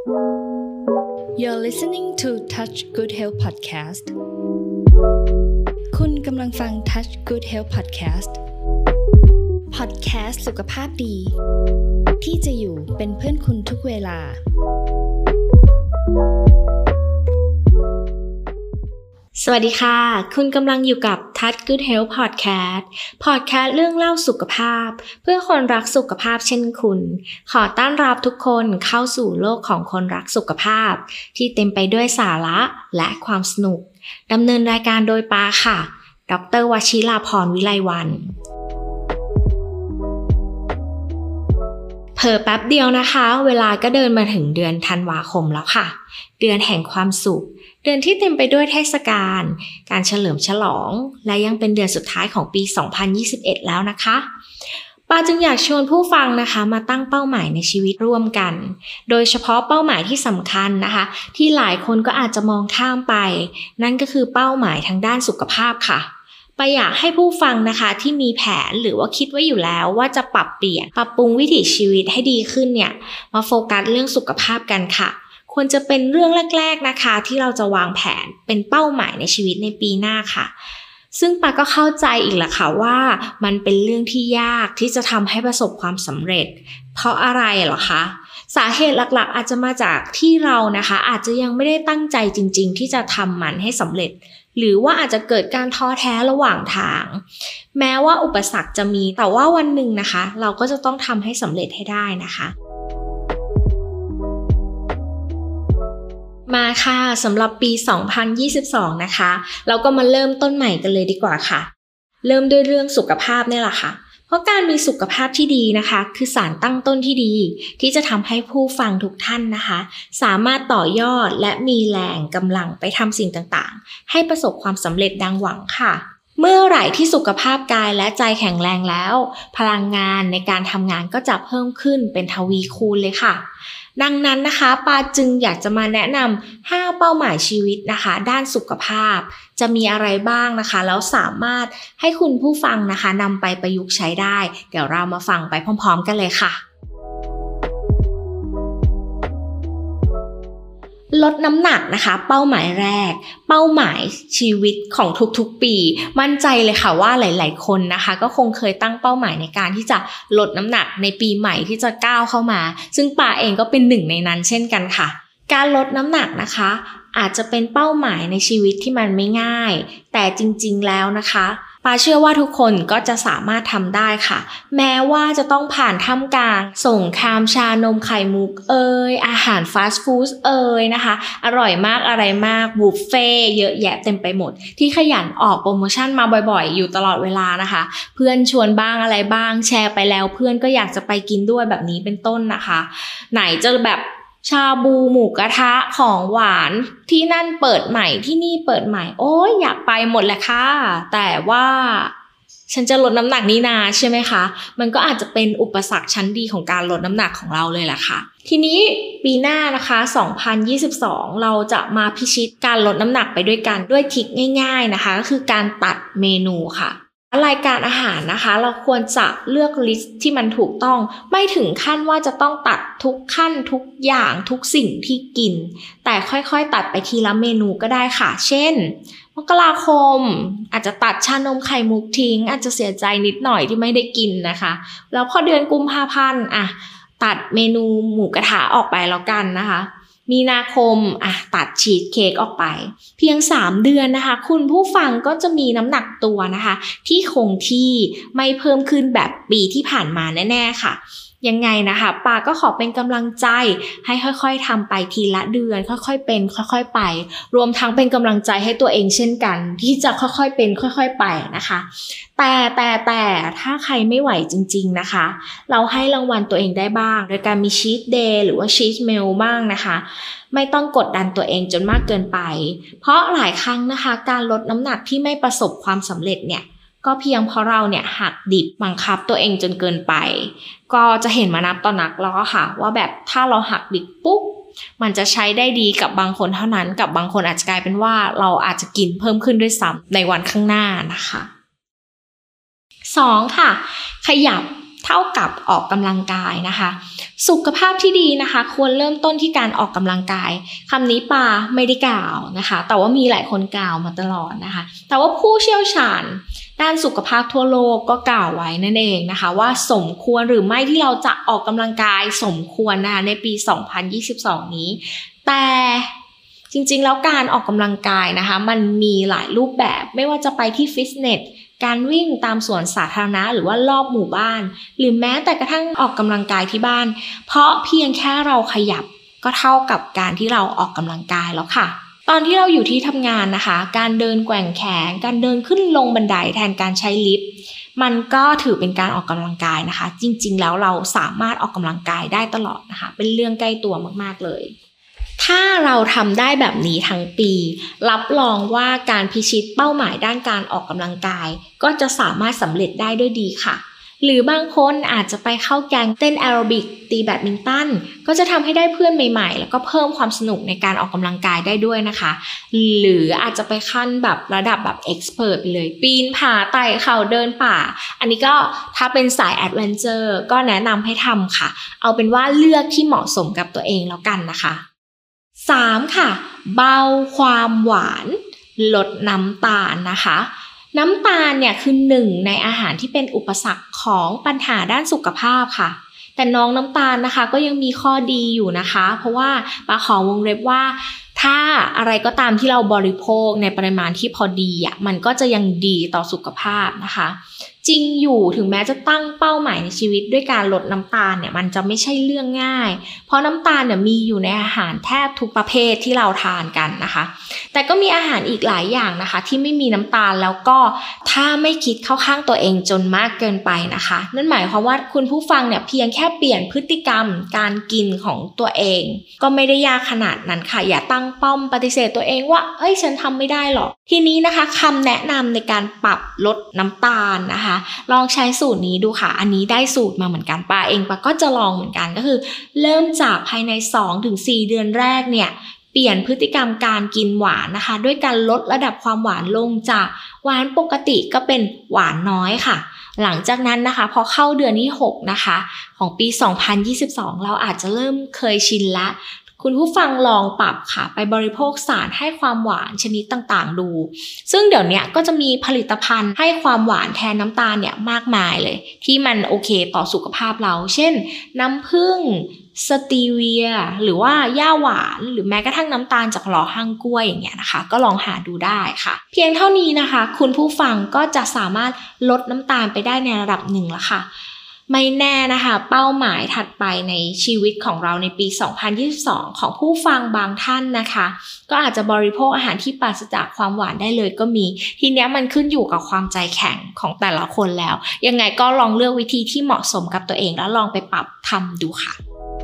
You're listening to Touch Good Health Podcast คุณกำลังฟัง Touch Good Health Podcast Podcast สุขภาพดีที่จะอยู่เป็นเพื่อนคุณทุกเวลาสวัสดีค่ะคุณกำลังอยู่กับ Touch Good Health Podcast เรื่องเล่าสุขภาพเพื่อคนรักสุขภาพเช่นคุณขอต้อนรับทุกคนเข้าสู่โลกของคนรักสุขภาพที่เต็มไปด้วยสาระและความสนุกดำเนินรายการโดยปาค่ะดร.วชิราพรวิไลวรรณเผลอแป๊บเดียวนะคะเวลาก็เดินมาถึงเดือนธันวาคมแล้วค่ะเดือนแห่งความสุขเดือนที่เต็มไปด้วยเทศกาลการเฉลิมฉลองและยังเป็นเดือนสุดท้ายของปี 2021 แล้วนะคะปาจึงอยากชวนผู้ฟังนะคะมาตั้งเป้าหมายในชีวิตร่วมกันโดยเฉพาะเป้าหมายที่สำคัญนะคะที่หลายคนก็อาจจะมองข้ามไปนั่นก็คือเป้าหมายทางด้านสุขภาพค่ะปาอยากให้ผู้ฟังนะคะที่มีแผนหรือว่าคิดไว้อยู่แล้วว่าจะปรับเปลี่ยนปรับปรุงวิถีชีวิตให้ดีขึ้นเนี่ยมาโฟกัสเรื่องสุขภาพกันค่ะควรจะเป็นเรื่องแรกๆนะคะที่เราจะวางแผนเป็นเป้าหมายในชีวิตในปีหน้าค่ะซึ่งปาก็เข้าใจอีกแหละค่ะว่ามันเป็นเรื่องที่ยากที่จะทำให้ประสบความสำเร็จเพราะอะไรเหรอคะสาเหตุหลักๆอาจจะมาจากที่เรานะคะอาจจะยังไม่ได้ตั้งใจจริงๆที่จะทำมันให้สำเร็จหรือว่าอาจจะเกิดการท้อแท้ระหว่างทางแม้ว่าอุปสรรคจะมีแต่ว่าวันหนึ่งนะคะเราก็จะต้องทำให้สำเร็จให้ได้นะคะมาค่ะสำหรับปี 2022 นะคะเราก็มาเริ่มต้นใหม่กันเลยดีกว่าค่ะเริ่มด้วยเรื่องสุขภาพนี่แหละค่ะเพราะการมีสุขภาพที่ดีนะคะคือสารตั้งต้นที่ดีที่จะทำให้ผู้ฟังทุกท่านนะคะสามารถต่อยอดและมีแรงกำลังไปทำสิ่งต่างๆให้ประสบความสำเร็จดังหวังค่ะเมื่อไหร่ที่สุขภาพกายและใจแข็งแรงแล้วพลังงานในการทำงานก็จะเพิ่มขึ้นเป็นทวีคูณเลยค่ะดังนั้นนะคะปาจึงอยากจะมาแนะนำ5เป้าหมายชีวิตนะคะด้านสุขภาพจะมีอะไรบ้างนะคะแล้วสามารถให้คุณผู้ฟังนะคะนำไปประยุกต์ใช้ได้เดี๋ยวเรามาฟังไปพร้อมๆกันเลยค่ะลดน้ำหนักนะคะเป้าหมายแรกเป้าหมายชีวิตของทุกๆปีมั่นใจเลยค่ะว่าหลายๆคนนะคะก็คงเคยตั้งเป้าหมายในการที่จะลดน้ำหนักในปีใหม่ที่จะก้าวเข้ามาซึ่งปาเองก็เป็นหนึ่งในนั้นเช่นกันค่ะการลดน้ำหนักนะคะอาจจะเป็นเป้าหมายในชีวิตที่มันไม่ง่ายแต่จริงๆแล้วนะคะปาเชื่อว่าทุกคนก็จะสามารถทำได้ค่ะแม้ว่าจะต้องผ่านท่ามกลางสงครามชานมไข่มุกอาหารฟาสต์ฟู้ดนะคะอร่อยมากอะไรมากบุฟเฟ่เยอะแยะเต็มไปหมดที่ขยันออกโปรโมชั่นมาบ่อยๆอยู่ตลอดเวลานะคะเพื่อนชวนบ้างอะไรบ้างแชร์ไปแล้วเพื่อนก็อยากจะไปกินด้วยแบบนี้เป็นต้นนะคะไหนจะแบบชาบูหมูกระทะของหวานที่นั่นเปิดใหม่ที่นี่เปิดใหม่โอ้ยอยากไปหมดแหละค่ะแต่ว่าฉันจะลดน้ำหนักนี่นาใช่ไหมคะมันก็อาจจะเป็นอุปสรรคชั้นดีของการลดน้ำหนักของเราเลยแหละค่ะทีนี้ปีหน้านะคะ2022เราจะมาพิชิตการลดน้ำหนักไปด้วยกันด้วยทริคง่ายๆนะคะก็คือการตัดเมนูค่ะรายการอาหารนะคะเราควรจะเลือกลิสต์ที่มันถูกต้องไม่ถึงขั้นว่าจะต้องตัดทุกขั้นทุกอย่างทุกสิ่งที่กินแต่ค่อยๆตัดไปทีละเมนูก็ได้ค่ะเช่นมกราคมอาจจะตัดชานมไข่มุกทิ้งอาจจะเสียใจนิดหน่อยที่ไม่ได้กินนะคะแล้วพอเดือนกุมภาพันธ์ตัดเมนูหมูกระทะออกไปแล้วกันนะคะมีนาคมตัดชีสเค้กออกไปเพียง3 เดือนนะคะคุณผู้ฟังก็จะมีน้ำหนักตัวนะคะที่คงที่ไม่เพิ่มขึ้นแบบปีที่ผ่านมาแน่ๆค่ะยังไงนะคะปาก็ขอเป็นกำลังใจให้ค่อยๆทำไปทีละเดือนค่อยๆเป็นค่อยๆไปรวมทั้งเป็นกำลังใจให้ตัวเองเช่นกันที่จะค่อยๆเป็นค่อยๆไปนะคะแต่ถ้าใครไม่ไหวจริงๆนะคะเราให้รางวัลตัวเองได้บ้างโดยการมีชีทเดย์หรือว่าชีทเมลบ้างนะคะไม่ต้องกดดันตัวเองจนมากเกินไปเพราะหลายครั้งนะคะการลดน้ำหนักที่ไม่ประสบความสำเร็จเนี่ยก็เพียงเพราะเราเนี่ยหักดิบบังคับตัวเองจนเกินไปก็จะเห็นมานับต่อนักแล้วค่ะว่าแบบถ้าเราหักดิบปุ๊บมันจะใช้ได้ดีกับบางคนเท่านั้นกับบางคนอาจจะกลายเป็นว่าเราอาจจะกินเพิ่มขึ้นด้วยซ้ำในวันข้างหน้านะคะ2ค่ะขยับเท่ากับออกกำลังกายนะคะสุขภาพที่ดีนะคะควรเริ่มต้นที่การออกกำลังกายคำนี้ปาไม่ได้กล่าวนะคะแต่ว่ามีหลายคนกล่าวมาตลอดนะคะแต่ว่าผู้เชี่ยวชาญด้านสุขภาพทั่วโลกก็กล่าวไว้นั่นเองนะคะว่าสมควรหรือไม่ที่เราจะออกกำลังกายสมควรนะคะในปี 2022 นี้แต่จริงๆแล้วการออกกำลังกายนะคะมันมีหลายรูปแบบไม่ว่าจะไปที่ฟิตเนสการวิ่งตามสวนสาธารณะหรือว่ารอบหมู่บ้านหรือแม้แต่กระทั่งออกกำลังกายที่บ้านเพราะเพียงแค่เราขยับก็เท่ากับการที่เราออกกำลังกายแล้วค่ะตอนที่เราอยู่ที่ทำงานนะคะการเดินแกว่งแขนการเดินขึ้นลงบันไดแทนการใช้ลิฟต์มันก็ถือเป็นการออกกำลังกายนะคะจริงๆแล้วเราสามารถออกกำลังกายได้ตลอดนะคะเป็นเรื่องใกล้ตัวมากๆเลยถ้าเราทำได้แบบนี้ทั้งปีรับรองว่าการพิชิตเป้าหมายด้านการออกกำลังกายก็จะสามารถสำเร็จได้ด้วยดีค่ะหรือบางคนอาจจะไปเข้าแก๊งเต้นแอโรบิกตีแบดมินตันก็จะทำให้ได้เพื่อนใหม่ๆแล้วก็เพิ่มความสนุกในการออกกำลังกายได้ด้วยนะคะหรืออาจจะไปขั้นแบบระดับแบบเอ็กซ์เพิร์ทไปเลยปีนผาไต่เขาเดินป่าอันนี้ก็ถ้าเป็นสายแอดเวนเจอร์ก็แนะนำให้ทำค่ะเอาเป็นว่าเลือกที่เหมาะสมกับตัวเองแล้วกันนะคะ3ค่ะเบาความหวานลดน้ำตาลนะคะน้ำตาลเนี่ยคือหนึ่งในอาหารที่เป็นอุปสรรคของปัญหาด้านสุขภาพค่ะแต่น้องน้ำตาลนะคะก็ยังมีข้อดีอยู่นะคะเพราะว่าปาขอวงเล็บว่าถ้าอะไรก็ตามที่เราบริโภคในปริมาณที่พอดีมันก็จะยังดีต่อสุขภาพนะคะจริงอยู่ถึงแม้จะตั้งเป้าหมายในชีวิตด้วยการลดน้ำตาลเนี่ยมันจะไม่ใช่เรื่องง่ายเพราะน้ำตาลเนี่ยมีอยู่ในอาหารแทบทุกประเภทที่เราทานกันนะคะแต่ก็มีอาหารอีกหลายอย่างนะคะที่ไม่มีน้ำตาลแล้วก็ถ้าไม่คิดเข้าข้างตัวเองจนมากเกินไปนะคะนั่นหมายความว่าคุณผู้ฟังเนี่ยเพียงแค่เปลี่ยนพฤติกรรมการกินของตัวเองก็ไม่ได้ยากขนาดนั้นค่ะอย่าตั้งป้อมปฏิเสธตัวเองว่าฉันทำไม่ได้หรอกทีนี้นะคะคำแนะนำในการปรับลดน้ำตาลนะคะลองใช้สูตรนี้ดูค่ะอันนี้ได้สูตรมาเหมือนกันปาก็จะลองเหมือนกันก็คือเริ่มจากภายใน 2-4 เดือนแรกเนี่ยเปลี่ยนพฤติกรรมการกินหวานนะคะด้วยการลดระดับความหวานลงจากหวานปกติก็เป็นหวานน้อยค่ะหลังจากนั้นนะคะพอเข้าเดือนที่6นะคะของปี 2022 เราอาจจะเริ่มเคยชินละคุณผู้ฟังลองปรับค่ะไปบริโภคสารให้ความหวานชนิดต่างๆดูซึ่งเดี๋ยวนี้ก็จะมีผลิตภัณฑ์ให้ความหวานแทนน้ำตาลเนี่ยมากมายเลยที่มันโอเคต่อสุขภาพเราเช่นน้ำผึ้งสตีเวียหรือว่าหญ้าหวานหรือแม้กระทั่งน้ำตาลจากหล่อหั่งกล้วยอย่างเงี้ยนะคะก็ลองหาดูได้ค่ะเพียงเท่านี้นะคะคุณผู้ฟังก็จะสามารถลดน้ำตาลไปได้ในระดับหนึ่งแล้วค่ะไม่แน่นะคะเป้าหมายถัดไปในชีวิตของเราในปี 2022 ของผู้ฟังบางท่านนะคะก็อาจจะบริโภคอาหารที่ปราศจากความหวานได้เลยก็มีทีเนี้ยมันขึ้นอยู่กับความใจแข็งของแต่ละคนแล้วยังไงก็ลองเลือกวิธีที่เหมาะสมกับตัวเองแล้วลองไปปรับทำดูค่ะ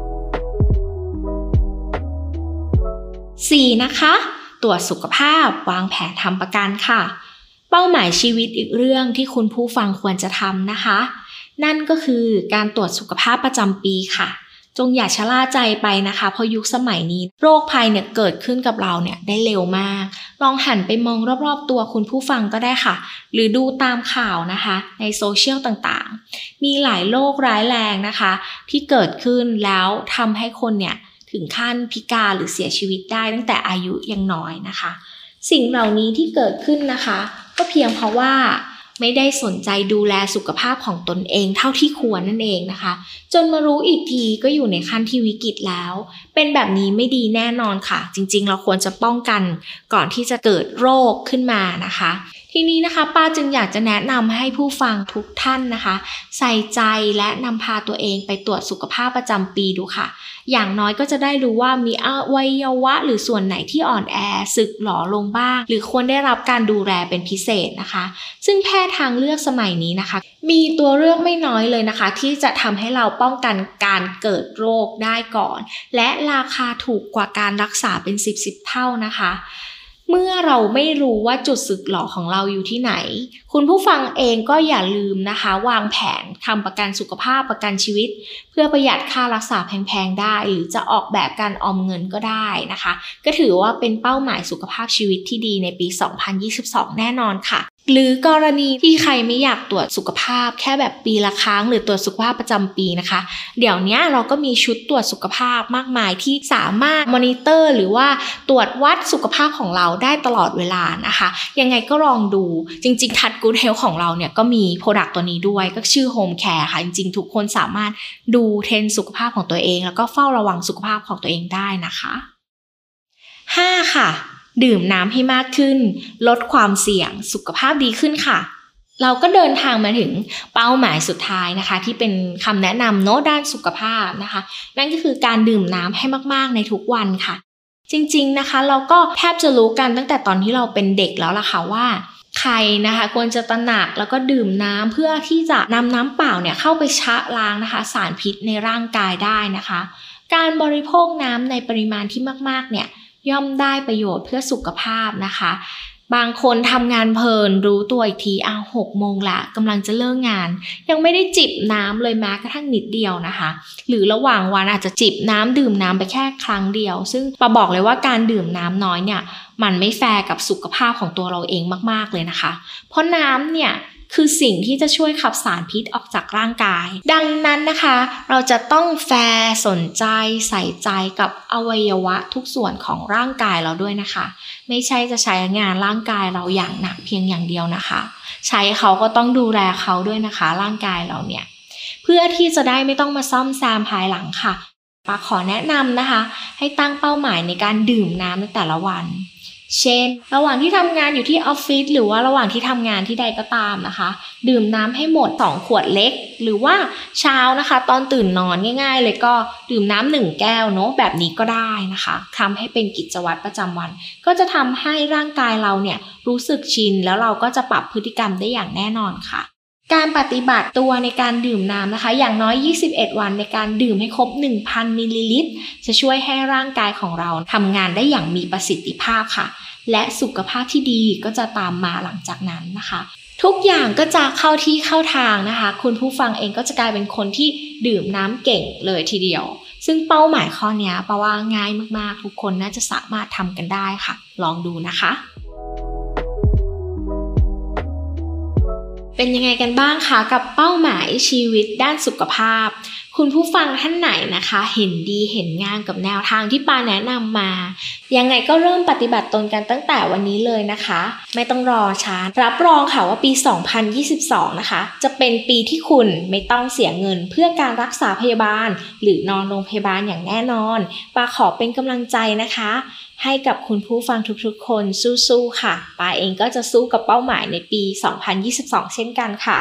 4. นะคะตรวจสุขภาพวางแผนทำประกันค่ะเป้าหมายชีวิตอีกเรื่องที่คุณผู้ฟังควรจะทำนะคะนั่นก็คือการตรวจสุขภาพประจำปีค่ะจงอย่าชะล่าใจไปนะคะเพราะยุคสมัยนี้โรคภัยเนี่ยเกิดขึ้นกับเราเนี่ยได้เร็วมากลองหันไปมองรอบๆตัวคุณผู้ฟังก็ได้ค่ะหรือดูตามข่าวนะคะในโซเชียลต่างๆมีหลายโรคร้ายแรงนะคะที่เกิดขึ้นแล้วทำให้คนเนี่ยถึงขั้นพิการหรือเสียชีวิตได้ตั้งแต่อายุยังน้อยนะคะสิ่งเหล่านี้ที่เกิดขึ้นนะคะก็เพียงเพราะว่าไม่ได้สนใจดูแลสุขภาพของตนเองเท่าที่ควรนั่นเองนะคะจนมารู้อีกทีก็อยู่ในขั้นที่วิกฤตแล้วเป็นแบบนี้ไม่ดีแน่นอนค่ะจริงๆเราควรจะป้องกันก่อนที่จะเกิดโรคขึ้นมานะคะทีนี้นะคะป้าจึงอยากจะแนะนำให้ผู้ฟังทุกท่านนะคะใส่ใจและนำพาตัวเองไปตรวจสุขภาพประจำปีดูค่ะอย่างน้อยก็จะได้รู้ว่ามีอวัยวะหรือส่วนไหนที่อ่อนแอสึกหรอลงบ้างหรือควรได้รับการดูแลเป็นพิเศษนะคะซึ่งแพทย์ทางเลือกสมัยนี้นะคะมีตัวเลือกไม่น้อยเลยนะคะที่จะทำให้เราป้องกันการเกิดโรคได้ก่อนและราคาถูกกว่าการรักษาเป็น10 เท่านะคะเมื่อเราไม่รู้ว่าจุดสึกหรอของเราอยู่ที่ไหนคุณผู้ฟังเองก็อย่าลืมนะคะวางแผนทำประกันสุขภาพประกันชีวิตเพื่อประหยัดค่ารักษาแพงๆได้หรือจะออกแบบการออมเงินก็ได้นะคะก็ถือว่าเป็นเป้าหมายสุขภาพชีวิตที่ดีในปี 2022 แน่นอนค่ะหรือกรณีที่ใครไม่อยากตรวจสุขภาพแค่แบบปีละครั้งหรือตรวจสุขภาพประจำปีนะคะเดี๋ยวนี้เราก็มีชุดตรวจสุขภาพมากมายที่สามารถมอนิเตอร์หรือว่าตรวจวัดสุขภาพของเราได้ตลอดเวลานะคะยังไงก็ลองดูจริงๆ Touch Good Health ของเราเนี่ยก็มีโปรดักต์ตัวนี้ด้วยก็ชื่อ Home Care ค่ะจริงๆทุกคนสามารถดูเทรนด์สุขภาพของตัวเองแล้วก็เฝ้าระวังสุขภาพของตัวเองได้นะคะ5ค่ะดื่มน้ำให้มากขึ้นลดความเสี่ยงสุขภาพดีขึ้นค่ะเราก็เดินทางมาถึงเป้าหมายสุดท้ายนะคะที่เป็นคำแนะนำด้านสุขภาพนะคะนั่นก็คือการดื่มน้ำให้มากๆในทุกวันค่ะจริงๆนะคะเราก็แทบจะรู้กันตั้งแต่ตอนที่เราเป็นเด็กแล้วล่ะค่ะว่าใครนะคะควรจะตระหนักแล้วก็ดื่มน้ำเพื่อที่จะนำน้ำเปล่าเนี่ยเข้าไปชะล้างนะคะสารพิษในร่างกายได้นะคะการบริโภคน้ำในปริมาณที่มากๆเนี่ยย่อมได้ประโยชน์เพื่อสุขภาพนะคะบางคนทำงานเพลินรู้ตัวอีกที6 โมงละกำลังจะเลิกงานยังไม่ได้จิบน้ำเลยแม้กระทั่งนิดเดียวนะคะหรือระหว่างวันอาจจะจิบน้ำดื่มน้ำไปแค่ครั้งเดียวซึ่งปาบอกเลยว่าการดื่มน้ำน้อยเนี่ยมันไม่แฟร์กับสุขภาพของตัวเราเองมากๆเลยนะคะเพราะน้ำเนี่ยคือสิ่งที่จะช่วยขับสารพิษออกจากร่างกายดังนั้นนะคะเราจะต้องแฟร์สนใจใส่ใจกับอวัยวะทุกส่วนของร่างกายเราด้วยนะคะไม่ใช่จะใช้งานร่างกายเราอย่างหนักเพียงอย่างเดียวนะคะใช้เขาก็ต้องดูแลเขาด้วยนะคะร่างกายเราเนี่ยเพื่อที่จะได้ไม่ต้องมาซ่อมแซมภายหลังค่ะปาขอแนะนำนะคะให้ตั้งเป้าหมายในการดื่มน้ำในแต่ละวันเช่นระหว่างที่ทำงานอยู่ที่ออฟฟิศหรือว่าระหว่างที่ทำงานที่ใดก็ตามนะคะดื่มน้ำให้หมด2 ขวดเล็กหรือว่าเช้านะคะตอนตื่นนอนง่ายๆเลยก็ดื่มน้ำ1 แก้วเนาะแบบนี้ก็ได้นะคะทำให้เป็นกิจวัตรประจำวันก็จะทำให้ร่างกายเราเนี่ยรู้สึกชินแล้วเราก็จะปรับพฤติกรรมได้อย่างแน่นอนค่ะการปฏิบัติตัวในการดื่มน้ำนะคะอย่างน้อย21 วันในการดื่มให้ครบ 1,000 มิลลิลิตรจะช่วยให้ร่างกายของเราทำงานได้อย่างมีประสิทธิภาพค่ะและสุขภาพที่ดีก็จะตามมาหลังจากนั้นนะคะทุกอย่างก็จะเข้าที่เข้าทางนะคะคุณผู้ฟังเองก็จะกลายเป็นคนที่ดื่มน้ำเก่งเลยทีเดียวซึ่งเป้าหมายข้อนี้แปลว่าง่ายมากๆทุกคนน่าจะสามารถทำกันได้ค่ะลองดูนะคะเป็นยังไงกันบ้างคะกับเป้าหมายชีวิตด้านสุขภาพคุณผู้ฟังท่านไหนนะคะเห็นดีเห็นงามกับแนวทางที่ปาแนะนำมายังไงก็เริ่มปฏิบัติตนกันตั้งแต่วันนี้เลยนะคะไม่ต้องรอช้ารับรองค่ะว่าปี 2022 นะคะจะเป็นปีที่คุณไม่ต้องเสียเงินเพื่อการรักษาพยาบาลหรือนอนโรงพยาบาลอย่างแน่นอนปาขอเป็นกำลังใจนะคะให้กับคุณผู้ฟังทุกๆคนสู้ๆค่ะปาเองก็จะสู้กับเป้าหมายในปี 2022 เช่นกันค่ะ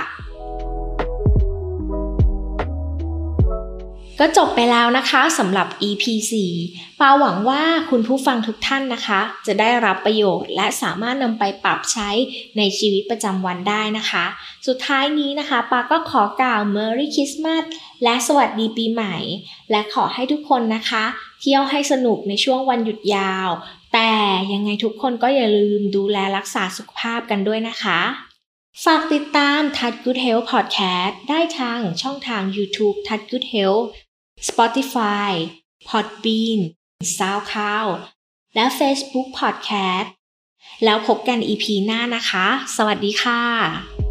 ก็จบไปแล้วนะคะสำหรับ EP 4 ปาหวังว่าคุณผู้ฟังทุกท่านนะคะจะได้รับประโยชน์และสามารถนำไปปรับใช้ในชีวิตประจำวันได้นะคะสุดท้ายนี้นะคะปาก็ขอกล่าว Merry Christmas และสวัสดีปีใหม่และขอให้ทุกคนนะคะเที่ยวให้สนุกในช่วงวันหยุดยาวแต่ยังไงทุกคนก็อย่าลืมดูแลรักษาสุขภาพกันด้วยนะคะฝากติดตาม Touch Good Health Podcast ได้ทางช่องทาง YouTube Touch Good Health Spotify Podbean SoundCloud และ Facebook Podcast แล้วพบกัน EP หน้านะคะสวัสดีค่ะ